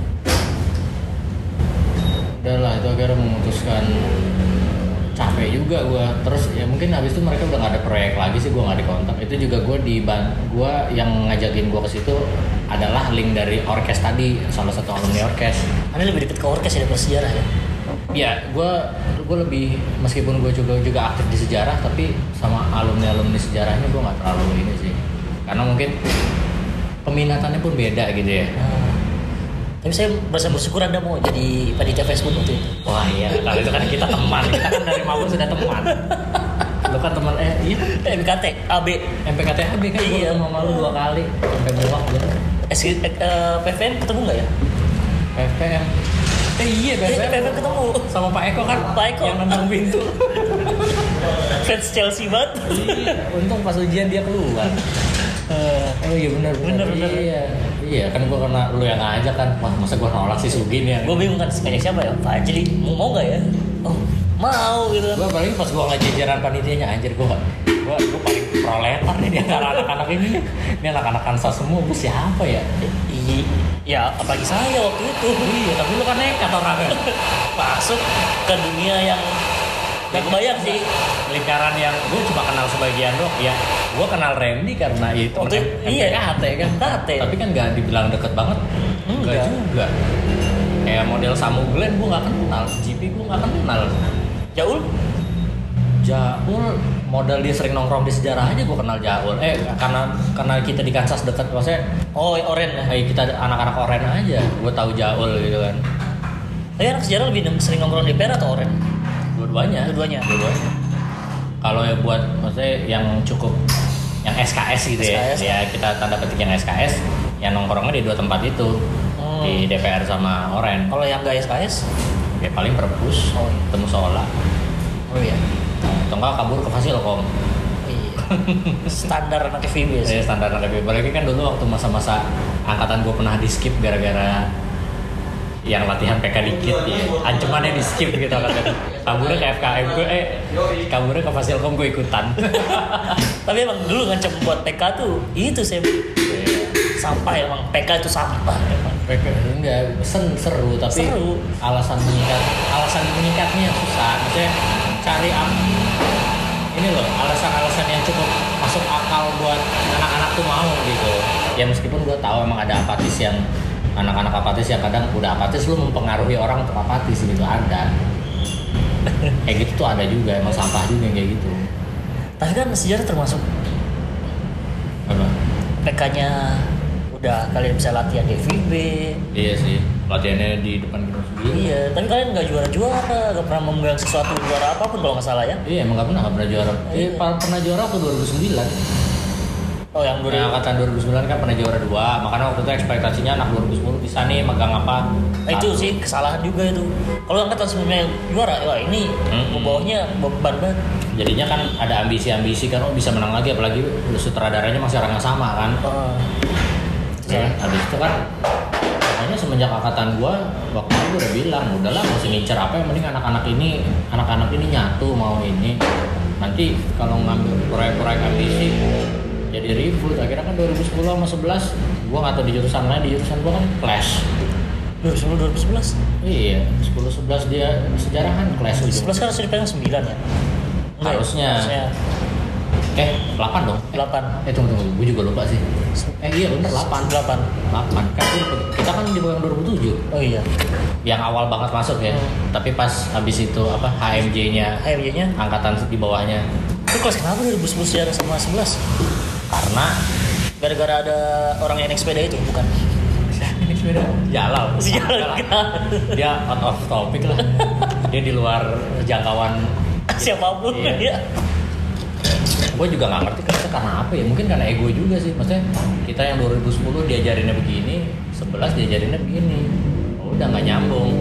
Udah lah, itu akhirnya memutuskan, capek juga gue. Terus ya mungkin habis itu mereka udah gak ada proyek lagi sih, gue gak dikontak. Itu juga gue yang ngajakin gue ke situ adalah link dari orkes tadi, salah satu alumni orkes. Anda lebih dekat ke orkes ya daripada sejarah ya? Iya, gue lebih, meskipun gue juga aktif di sejarah, tapi sama alumni sejarahnya gue nggak terlalu ini sih, karena mungkin peminatannya pun beda gitu ya. Tapi saya merasa bersyukur Anda mau jadi panitia Facebook waktu itu. Wah iya, kalau itu kan kita teman, kita kan dari Mabur sudah teman. Lu kan teman iya MKT AB MPKT AB kan. Iya. Gue sama lu 2 kali sampai muak gitu. PVM ketemu nggak ya? PVM iya PVM ketemu sama Pak Eko kan, Pak Eko yang nendang pintu. fans Chelsea banget. Iya, untung pas ujian dia keluar. Oh iya benar. Iya kan gue kena lu yang ngajak kan. Wah masa gue nolak sih Sugin ya. Gue bingung kan ngajak siapa ya? Pak Ajli mau nggak ya? Oh mau gitu. Gue paling pas gue ngajak jajaran panitianya, anjir gue paling proletar nih di antara anak-anak ini nih. Ini anak-anak Kansas semua, gue siapa ya? Ya apalagi saya waktu itu. Iya tapi lu kan nekat orangnya. Masuk ke dunia yang gak kebayang sih. Lingkaran yang gue cuma kenal sebagian doang. Ya gue kenal Randy karena itu MPKT kan. Tapi kan gak dibilang deket banget. Enggak juga. Kayak model Samu Glenn gue gak kenal, GP gue gak kenal. Jaul modal dia sering nongkrong di sejarah aja gue kenal Jaul. Karena kita di Kansas dekat, maksudnya Oren ya. Kita anak-anak Oren aja, gue tahu Jaul gitu kan. Tapi anak sejarah lebih sering nongkrong di DPR atau Oren? Dua-duanya. Kalau ya buat maksudnya yang cukup yang SKS gitu SKS. Ya kita tanda petik yang SKS, yang nongkrongnya di 2 tempat itu. Di DPR sama Oren. Kalau yang gak SKS? Ya paling Perpus, temu Sola. Oh iya. Atau enggak kabur ke Fasilkom. Iya. Standar anak FIB sih. Standar anak FIB. Apalagi kan dulu waktu masa-masa angkatan gue pernah di skip gara-gara yang latihan PK dikit ya. Ancamannya di skip gitu kan. Kaburnya ke FKM gue, kaburnya ke Fasilkom gue ikutan. Tapi emang dulu ngancam buat PK tuh itu saya sampah emang PK itu sampah emang. PK enggak seru tapi seru. Alasan menyingkatnya susah. Maksudnya cari ini loh alasan yang cukup masuk akal buat anak-anak tuh mau gitu. Ya meskipun gue tahu emang ada apatis yang anak-anak apatis yang kadang udah apatis lu mempengaruhi orang untuk apatis gitu, ada. Kayak gitu tuh ada juga, emang sampah juga yang kayak gitu. Tapi kan sejarah termasuk apa? PK-nya udah kalian bisa latihan di FIB. Iya sih, latihannya di depan gedung sendiri. Iya, tapi kalian nggak juara-juara, nggak pernah memegang sesuatu juara apapun kalau nggak salah ya? Iya, emang nggak pernah juara. Pernah juara tuh 2009. Oh yang 2000. Angkatan 2009 kan pernah juara 2, makanya waktu itu ekspektasinya anak 2010 bisa nih megang apa. Itu sih kesalahan juga itu. Kalau angkatan sebelumnya juara, wah ini bawahnya beban banget. Jadinya kan ada ambisi-ambisi kan, bisa menang lagi, apalagi sutradaranya masih orang yang sama kan. Habis itu kan pokoknya semenjak angkatan gua waktu itu gua udah bilang udahlah nggak usah ngincer apa, yang penting anak-anak ini nyatu mau ini, nanti kalau ngambil proyek-proyek ambisi jadi ribut. Akhirnya kan 2010 sama 11 gua nggak tahu di jurusan lain, di jurusan gua kan clash 2010 2011 iya 10-11 dia sejarah kan clash 11 kan harus dipegang 9 ya. Harusnya 8 dong. 8. Tunggu, gue juga lupa sih. Iya bener 8. 8. Kan kita kan di bawah yang 2007. Oh iya. Yang awal banget masuk ya. Tapi pas habis itu apa HMJ-nya angkatan di bawahnya. Itu kelas kenapa 2010 sejarah sama 11? Karena gara-gara ada orang yang naik sepeda itu, bukan? ini sepeda Jalal. Si Jalal. Dia out of topic lah. Dia di luar jangkauan siapapun iya. Ya. Gue juga nggak ngerti karena apa ya, mungkin karena ego juga sih. Maksudnya kita yang 2010 diajarinnya begini, 11 diajarinnya begini, udah nggak nyambung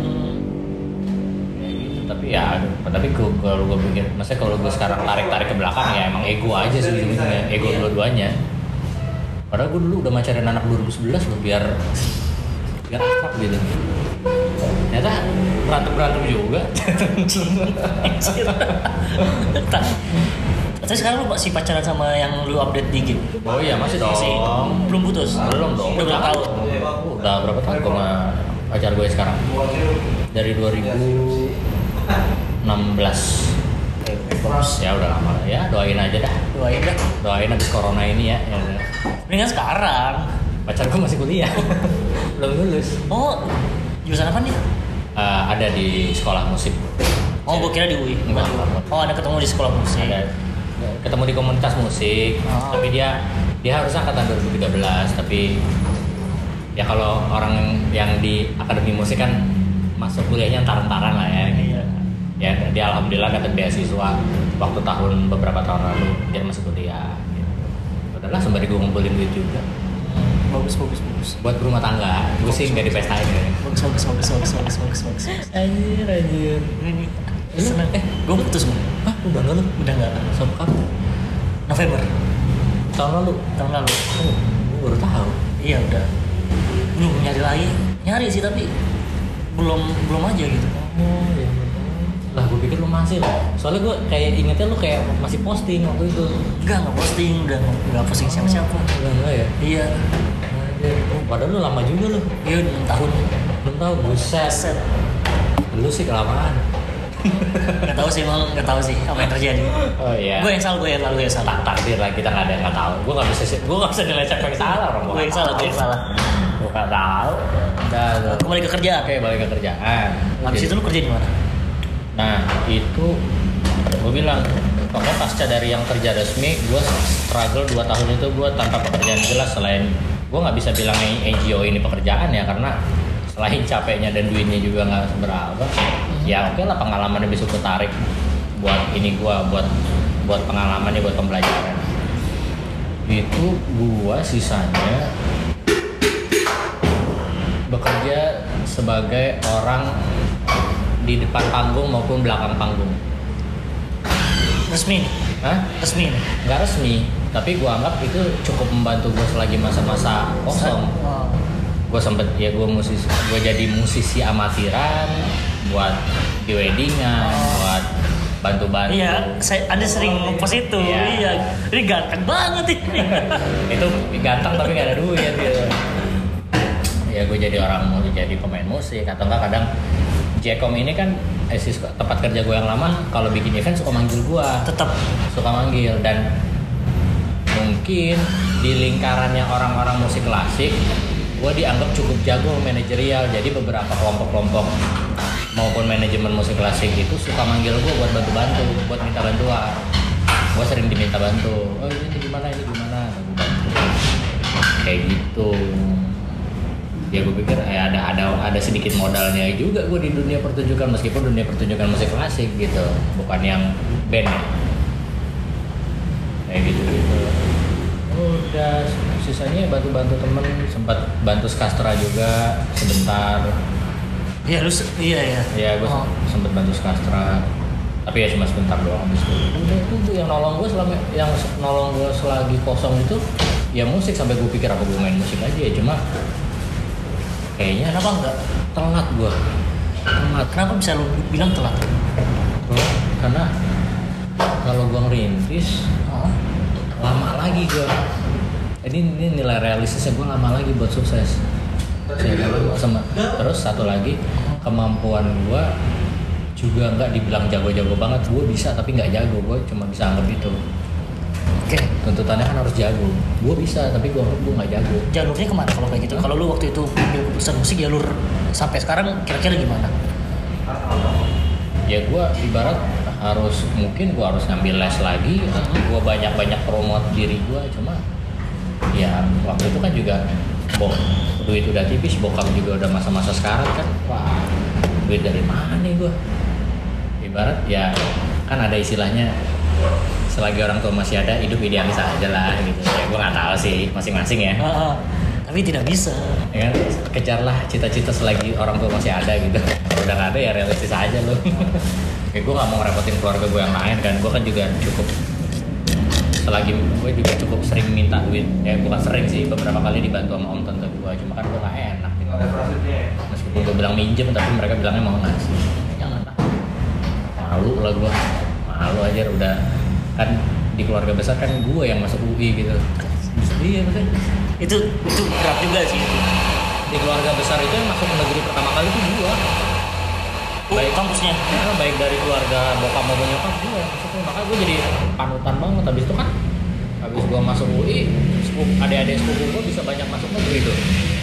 ya gitu. Tapi kalau gue pikir, maksudnya kalau gue sekarang tarik ke belakang ya emang ego aja sih sebenarnya, ego dua-duanya. Padahal gue dulu udah macarin anak 2011 loh biar akrab gitu. Ternyata berantem juga. Tapi sekarang lu masih pacaran sama yang lu update di game? Oh iya masih dong. Belum putus? Belum dong. Udah berapa tahun? Udah berapa tahun gue sama pacar gue sekarang? Dari 2016. Ya udah lama lah ya, doain aja dah. Doain habis corona ini ya. Mendingan sekarang. Pacar gue masih kuliah. Belum lulus. Oh, jurusan apa nih? Ada di sekolah musik. Oh, gue kira di UI. Enggak. Oh, ada ketemu di sekolah musik. Ada ketemu di komunitas musik. Tapi dia harusnya angkatan 2013, tapi ya kalau orang yang di akademi musik kan masuk kuliahnya antaran lah ya. Gitu. Ya dia alhamdulillah dapat beasiswa waktu beberapa tahun lalu dia masih kuliah. Gitu. Udahlah sembari gue ngumpulin duit juga. Bagus. Buat berumah tangga, gue sih nggak dipestain ya. Bagus. Anjir. Seneng. Gue putus gue. Hah? Udah nggak lu? Udah nggak. Sampai kapan? November. Tahun lalu. Oh, gue baru tahu. Iya udah. Belum nyari sih tapi belum aja gitu. Oh iya. Lah gue pikir lu masih lah. Soalnya gue kayak ingetnya lu kayak masih posting waktu itu. Enggak posting, udah nggak posting siapa-siapa. Enggak ya? Iya. Padahal lu lama juga lu. Iya 6 tahun. 6 tahun, buset. Lu sih kelamaan. Nggak tahu sih apa yang terjadi. Oh iya. Gue yang salah. Takdir lah, kita nggak ada yang nggak tahu. Gue nggak bisa nilai siapa yang salah orang. Gue yang salah. Gue nggak tahu. Udah. Kembali ke kerjaan. Oke, balik ke kerjaan. Habis itu lu kerja di mana? Nah itu gue bilang pokoknya pasca dari yang kerja resmi gue struggle 2 tahun itu gue tanpa pekerjaan jelas. Selain gue nggak bisa bilang NGO ini pekerjaan ya, karena selain capeknya dan duitnya juga nggak seberapa. Ya oke lah, pengalamannya bisa gue tarik buat ini gue buat pengalamannya, buat pembelajaran. Itu gue sisanya bekerja sebagai orang di depan panggung maupun belakang panggung. Resmi? Hah? Resmi? Nggak resmi, tapi gue anggap itu cukup membantu gue selagi masa-masa kosong. Gue jadi musisi amatiran, buat di weddingan, buat bantu-bantu. Iya, ada sering ngepost itu. Iya. Ini ganteng banget ini. Itu ganteng tapi nggak ada duit gitu. Ya gue jadi pemain musik atau enggak kadang Jcom ini kan tempat kerja gue yang lama kalau bikin event suka manggil gue, tetap suka manggil. Dan mungkin di lingkarannya orang-orang musik klasik gue dianggap cukup jago manajerial, jadi beberapa kelompok-kelompok maupun manajemen musik klasik itu suka manggil gue buat bantu-bantu, buat minta bantuan. Gue sering diminta bantu, oh ini gimana kayak gitu. Ya gue pikir ada sedikit modalnya juga gue di dunia pertunjukan, meskipun dunia pertunjukan musik klasik gitu, bukan yang band ya. Kayak gitu. Udah sisanya bantu-bantu temen, sempat bantu skastra juga sebentar. Iya iya. Iya gue sempat bantu skastra, tapi ya cuma sebentar doang. Habis itu yang nolong gue selagi kosong itu ya musik, sampai gue pikir apa gue main musik aja ya, cuma kayaknya kenapa enggak? Telat gue. Kenapa bisa lu bilang telat? Karena kalau gue ngerintis lama lagi gue. Ini nilai realistisnya gue lama lagi buat sukses. Terus satu lagi, kemampuan gue juga nggak dibilang jago-jago banget. Gue bisa tapi nggak jago, gue cuma bisa anggap itu. Oke. Tuntutannya kan harus jago. Gue bisa tapi gue nggak jago. Jalurnya kemana kalau kayak gitu? Kalau lu waktu itu ambil keputusan musik, jalur sampai sekarang kira-kira gimana? Ya gue ibarat mungkin gue harus ngambil les lagi. Gue banyak promote diri gue, cuma ya waktu itu kan juga duit udah tipis, bokap juga udah masa-masa sekarang kan. Wah, duit dari mana nih gue? Ibarat ya kan ada istilahnya, selagi orang tua masih ada, hidup idealis aja lah gitu. Ya gue nggak tahu sih masing-masing ya. Tapi tidak bisa. Ya kan, kejarlah cita-cita selagi orang tua masih ada gitu. Kalau udah nggak ada ya realistis aja loh. Ya gue nggak mau ngerepotin keluarga gue yang lain kan. Gue kan juga gue juga cukup sering minta duit. Ya bukan sering sih, beberapa kali dibantu sama om tante gue. Cuma kan gue nggak enak gitu. Meskipun gue bilang minjem, tapi mereka bilangnya mau ngasih. Jangan lah. Malu lah gue. Malu aja udah. Kan di keluarga besar kan gue yang masuk UI gitu. Iya betul. Itu berat juga sih itu. Di keluarga besar itu yang masuk negeri pertama kali itu gue. Baik kampusnya. Ya, baik dari keluarga bokap maupun nyokap gue yang masuk. Makanya gue jadi panutan banget. Habis itu kan, habis gue masuk UI, adik-adik sepupu gue bisa banyak masuk negeri tuh.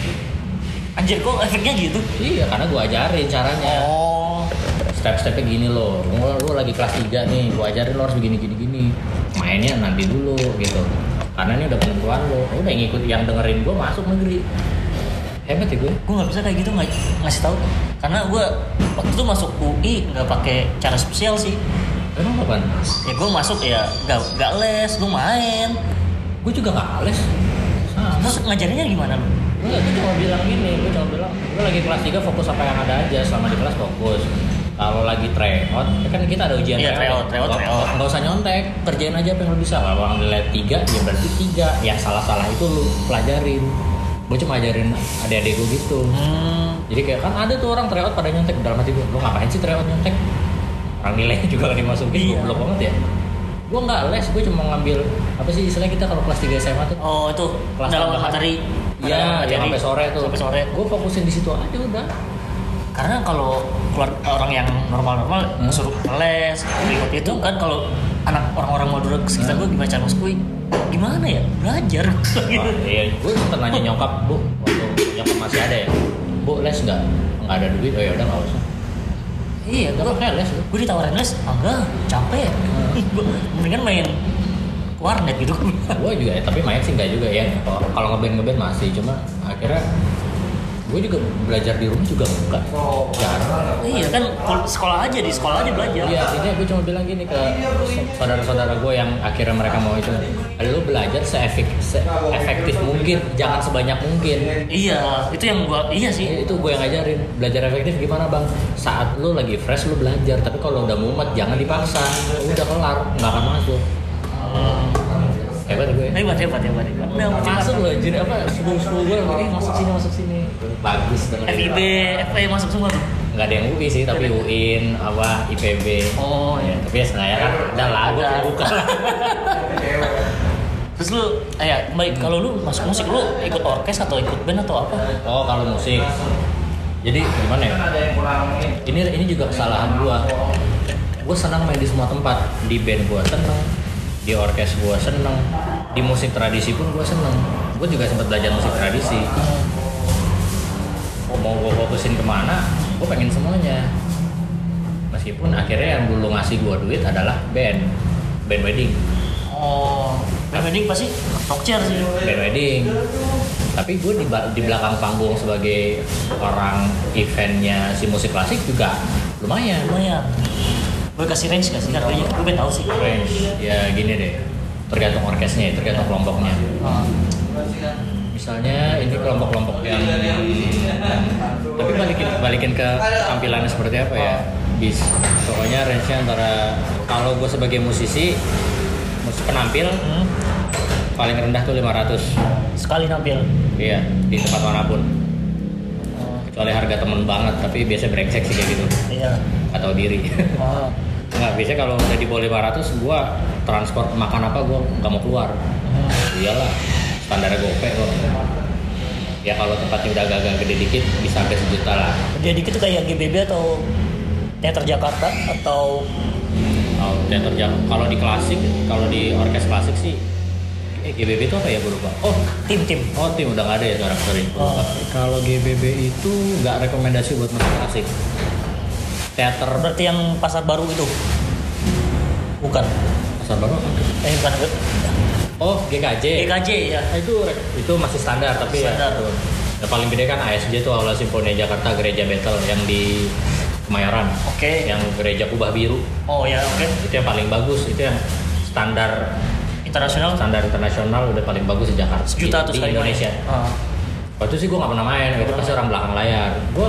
Anjir kok efeknya gitu? Iya, karena gue ajarin caranya. Oh. Step-stepnya gini loh. Lu lagi kelas 3 nih, gue ajarin lo harus begini. Mainnya nanti dulu gitu. Karena ini udah penentuan lo. Udah ngikut yang dengerin gue masuk negeri. Hebat ya gue. Gue nggak bisa kayak gitu ngasih tahu. Karena gue waktu itu masuk UI nggak pakai cara spesial sih. Emang apa? Ya gue masuk ya gak les, gue main. Gue juga nggak les. Terus ngajarinnya gimana lu? Gue cuma bilang gue lagi kelas 3 fokus apa yang ada aja, selama di kelas fokus. Kalau lagi tryout, kan kita ada ujian tryout. Nggak usah nyontek, kerjain aja apa yang lu bisa. Kalau nilai 3, ya berarti 3. Yang salah-salah itu lu pelajarin. Gue cuma ajarin adik-adik gue gitu. Jadi kayak kan ada tuh orang tryout pada nyontek, dalam hati gue, lu ngapain sih tryout nyontek? Orang nilainya juga gak dimasukin, goblok banget ya. Gue nggak les, gue cuma ngambil apa sih istilahnya kita kalau kelas 3 SMA tuh. Oh itu kelas dalam materi. Iya, yang sampai sore tuh. Sampai sore. Gue fokusin di situ aja udah. Karena kalau orang yang normal suruh les, ikut itu kan, kalau anak orang-orang Madura sekitar gue gimana cara masuk gimana ya belajar. Iya, gue sempet nanya nyokap, bu, waktu nyokap masih ada ya, bu les nggak ada duit, oh ya udah nggak usah. Iya, gue kayak les, gue ditawarin les, enggak capek, mendingan main warnet gitu. Gue juga, tapi main sih nggak juga ya. Kalau ngeband masih, cuma akhirnya gue juga belajar di rumah juga enggak. Jarang. Iya kan, sekolah aja belajar. Iya, artinya gue cuma bilang gini ke saudara-saudara gue yang akhirnya mereka mau itu, lu belajar seefektif mungkin, jangan sebanyak mungkin. Iya, itu yang iya sih. Itu gue yang ngajarin. Belajar efektif gimana bang? Saat lu lagi fresh lu belajar, tapi kalau udah mumet jangan dipaksa. Udah kelar, nggak akan masuk. Hebat gue. Hebat. Udah masuk loh, jadi apa? Seluruh gue masuk sini. Bagus banget. FIB, FE masuk semua tuh. Nggak ada yang UI sih, tapi UIN, IPB. Oh iya. Tapi ya sebenarnya kan udah lah, gue buka. Terus lu, baik kalau lu masuk musik, lu ikut orkes atau ikut band atau apa? Oh kalau musik. Jadi gimana ya? Ini juga kesalahan gue. Gue senang main di semua tempat. Di band gue seneng, di orkes gue seneng, di musik tradisi pun gue seneng. Gue juga sempat belajar musik tradisi. Mau gue fokusin kemana, gue pengen semuanya. Meskipun akhirnya yang dulu ngasih gue duit adalah band wedding. Oh, band wedding pasti talk chair sih. Band wedding. Tapi gue di belakang panggung sebagai orang eventnya si musik klasik juga lumayan. Gue kasih range gak sih? Harganya gue pengen tahu sih. Range, ya gini deh. Tergantung orkesnya, tergantung kelompoknya. Misalnya ini kelompok-kelompok yang, tapi balikin ke tampilannya seperti apa ya. Pokoknya range-nya antara, kalau gue sebagai musik penampil paling rendah tuh 500 sekali nampil. Iya, di tempat manapun. Kecuali harga temen banget, tapi biasa brengsek sih kayak gitu. Iya. Atau diri. Nggak, biasanya kalau udah di bawah 500 gue transport makan apa gue nggak mau keluar. Iyalah, standarnya gope kok. Ya kalau tempatnya udah agak gede dikit bisa sampai 1 juta lah. Gede dikit tuh kayak GBB atau Teater Jakarta atau teater kalau di klasik, kalau di orkes klasik sih GBB itu apa ya, gue lupa. Oh, Tim. tim udah nggak ada ya sekarang, sorry. Kalau GBB itu nggak rekomendasi buat musik klasik. Teater Berarti yang pasar baru itu? Bukan. pasar baru apa? Bukan. Oh, GKJ. GKJ ya. Itu masih standar tapi Standar. ya. Yang paling gede kan ASJ tuh, Aula Simfoni Jakarta, Gereja Battle yang di Kemayoran. Oke. Yang Gereja Kubah Biru. Oh ya, oke. Itu yang paling bagus, itu yang standar Internasional. udah paling bagus di Jakarta. Sejuta tuh di sekali Indonesia. main. Waktu sih gue nggak pernah main, itu pasti orang belakang layar. Gue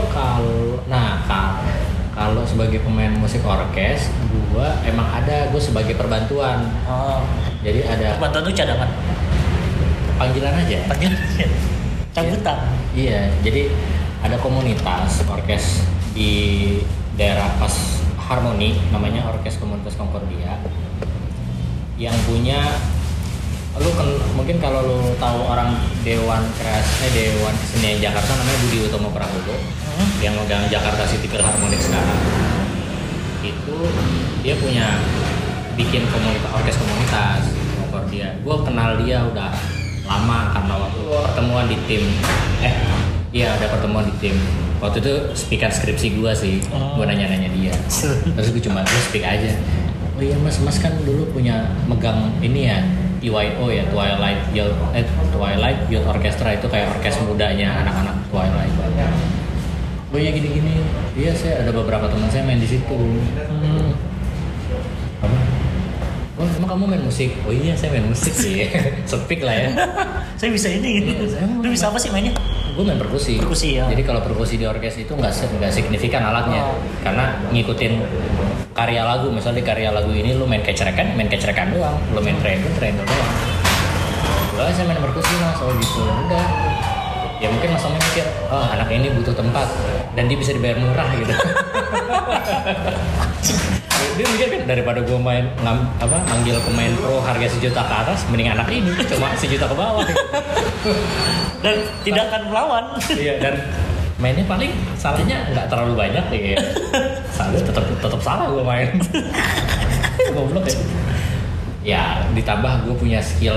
kalau sebagai pemain musik orkes, gue emang ada, gue sebagai perbantuan. Jadi ada Bantuan tuh cadangan. panggilan aja. Cabutan. Iya, jadi ada komunitas orkes di daerah Pas Harmoni, namanya Orkes Komunitas Concordia, yang punya, mungkin kalau lu tahu orang Dewan Kesenian Jakarta namanya Budi Utomo Prabowo, yang megang Jakarta City Philharmonic sekarang. Itu dia punya bikin orkes komunitas Concordia. Gue kenal dia udah lama karena waktu pertemuan di tim. Ada pertemuan di tim. Waktu itu speakan skripsi gue sih, gue nanya-nanya dia. Terus gue cuma speak aja. Oh iya mas kan dulu punya megang ini ya, TYO ya, Twilight Youth Orchestra, itu kayak orkes mudanya anak-anak Twilight. Oh iya gini-gini. Iya, saya ada beberapa teman saya main di situ. Apa? Oh emang kamu main musik? Oh iya saya main musik sih. Speak lah ya. Saya bisa ini gitu. Lu bisa apa sih mainnya? Gue main perkusi. Ya. Jadi kalau perkusi di orkes itu nggak signifikan alatnya, karena ngikutin karya lagu. Misalnya di karya lagu ini lu main kecerekan doang, lu main triangle doang. Gue saya main perkusi mas, gitu. Udah. Ya mungkin mas Tommy mikir, anak ini butuh tempat dan dia bisa dibayar murah gitu. Dia mikir kan, daripada gue manggil pemain pro harga 1 juta ke atas, mending anak ini cuma 1 juta ke bawah. Dan tidak akan melawan. Iya, dan mainnya paling salahnya nggak terlalu banyak ya. Salahnya tetap salah gue main. Goblok ya. Ya ditambah gue punya skill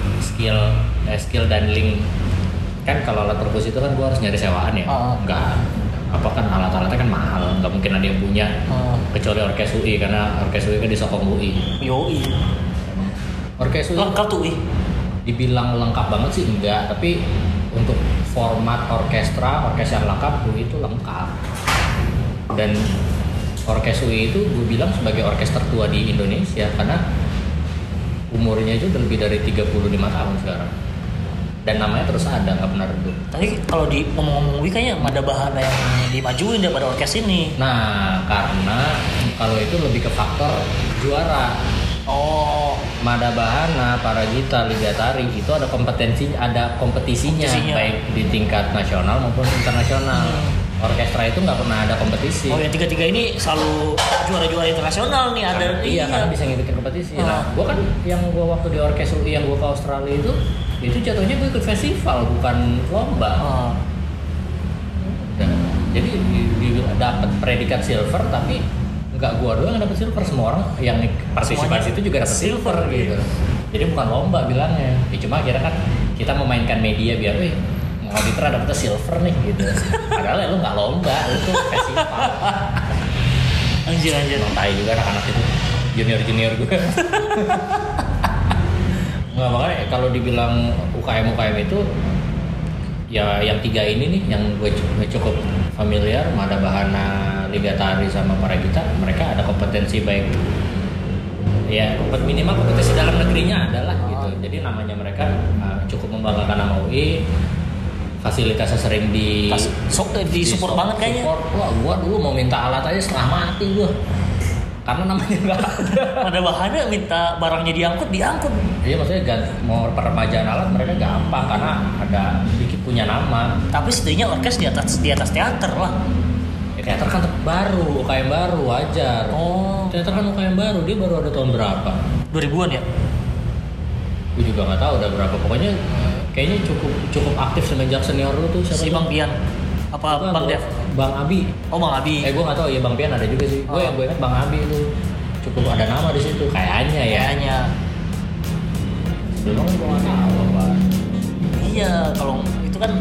dan link. Kan kalau alat perkusi itu kan gue harus nyari sewaan ya. Kan alat-alatnya kan mahal, nggak mungkin ada yang punya kecuali orkes UI, karena orkes UI kan disokong UI. Yoi. Orkes UI lengkap tuh UI. Dibilang lengkap banget sih enggak, tapi untuk format orkes yang lengkap UI itu lengkap. Dan orkes UI itu gue bilang sebagai orkes tertua di Indonesia, karena umurnya itu udah lebih dari 35 tahun sekarang. Dan namanya terus ada, nggak pernah redup. Tapi kalau di ngomong-ngomong kayaknya Madabahana yang dimajuin daripada orkes ini. Nah, karena kalau itu lebih ke faktor juara. Madabahana, Paragita, Liga Tari itu ada kompetisinya. Baik di tingkat nasional maupun internasional. Orkestra itu nggak pernah ada kompetisi. Oh, yang tiga-tiga ini selalu juara-juara internasional nih ada. Iya, karena bisa ngikutin kompetisi. Nah, gue kan gue waktu di orkes UI yang gue ke Australia itu jatuhnya gue ikut festival bukan lomba. Jadi dapat predikat silver, tapi nggak gue doang yang dapat silver, semua orang yang partisipasi itu juga dapat silver gitu. Jadi bukan lomba bilangnya. Ya, cuma akhirnya kan kita memainkan media biar auditor dapetnya silver nih gitu. Padahal ya lu nggak lomba, lu tuh festival. Anjir. Tai juga anak-anak itu, junior gue. Nggak, makanya kalau dibilang UKM itu ya yang 3 ini nih yang gue cukup familiar, Madabahana, Liga Tari sama Paragita, mereka ada kompetensi baik. Ya minimal kompetensi dalam negerinya adalah gitu. Jadi namanya mereka cukup membanggakan nama UI. Fasilitasnya sering di support banget kayaknya. Wah, gua dulu mau minta alat aja setengah mati gua. Karena namanya nggak ada. Madabahana minta barangnya diangkut. Iya, maksudnya mau peremajaan alat mereka gampang karena ada sedikit punya nama. Tapi setidaknya orkes di atas teater lah. Ya, teater kan baru, UKM baru, wajar. Teater kan UKM baru, dia baru ada tahun berapa? 2000-an ya? Gue juga nggak tahu udah berapa. Pokoknya kayaknya cukup aktif semenjak senior lu tuh siapa? Si Bang Pian. Apa Bang Dev? Bang Abi. Oh, Bang Abi. Gue nggak tahu ya, Bang Pian ada juga sih. Gue ingat Bang Abi itu cukup ada nama di situ kayaknya ya. Kayaknya. dulu kan gue nggak tahu apa. Iya, kalau itu kan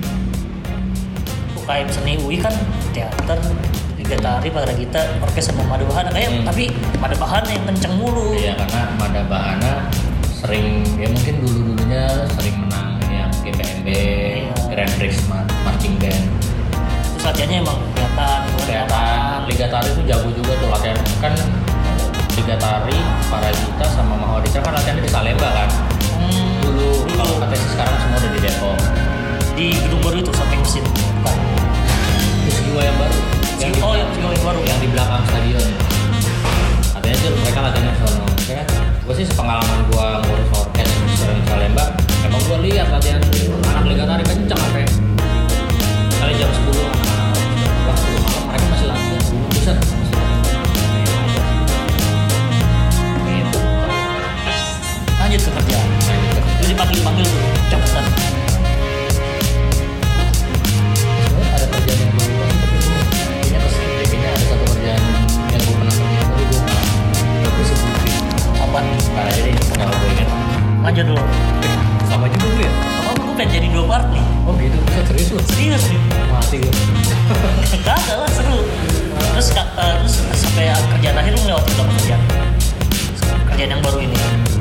UKM seni UI kan teater, Liga Tari, Pada Gita, orkes sama Mada Bahana tapi Mada Bahana yang kenceng mulu. Iya, karena Mada Bahana sering ya mungkin dulunya sering menang yang GPMB, Grand Prix Marching Band. Terus latihannya emang kelihatan. Liga Tari itu jago juga tuh latihan kan. Liga Tari, Pada Gita sama Mahwadisha kan latihannya di Salemba kan. Dulu kalau KTC sekarang semua udah di Depok. Di gedung baru itu samping mesin bukan? Di Segiwa yang baru. Yang yang baru yang di belakang stadion. Katanya sih mereka latihannya di sono. Ya, gue sih sepengalaman gue ngurus orkes di Salemba, emang gue lihat latihan anak Liga Tari kenceng sampai kali jam 10 anak-anak 10 malam mereka masih latihan. Buset. Lanjut ke kerjaan. Jadi dipanggil tuh, cepetan. Sebenarnya ada kerjaan yang gue lupa sih, tapi kayaknya ada satu kerjaan yang gue pernah kerjain tapi gue nggak bisa sebutin. Apa? Karena jadi kalau gue ingat Lanjut dulu. sama juga gue ya. Apa gue pengen jadi 2 part nih? Oh gitu, bisa serius lu? Serius nih. Mati gue. Kagak lah, seru. Terus sampai kerjaan akhir lu ngelewatin berapa kerjaan? Kerjaan yang baru ini.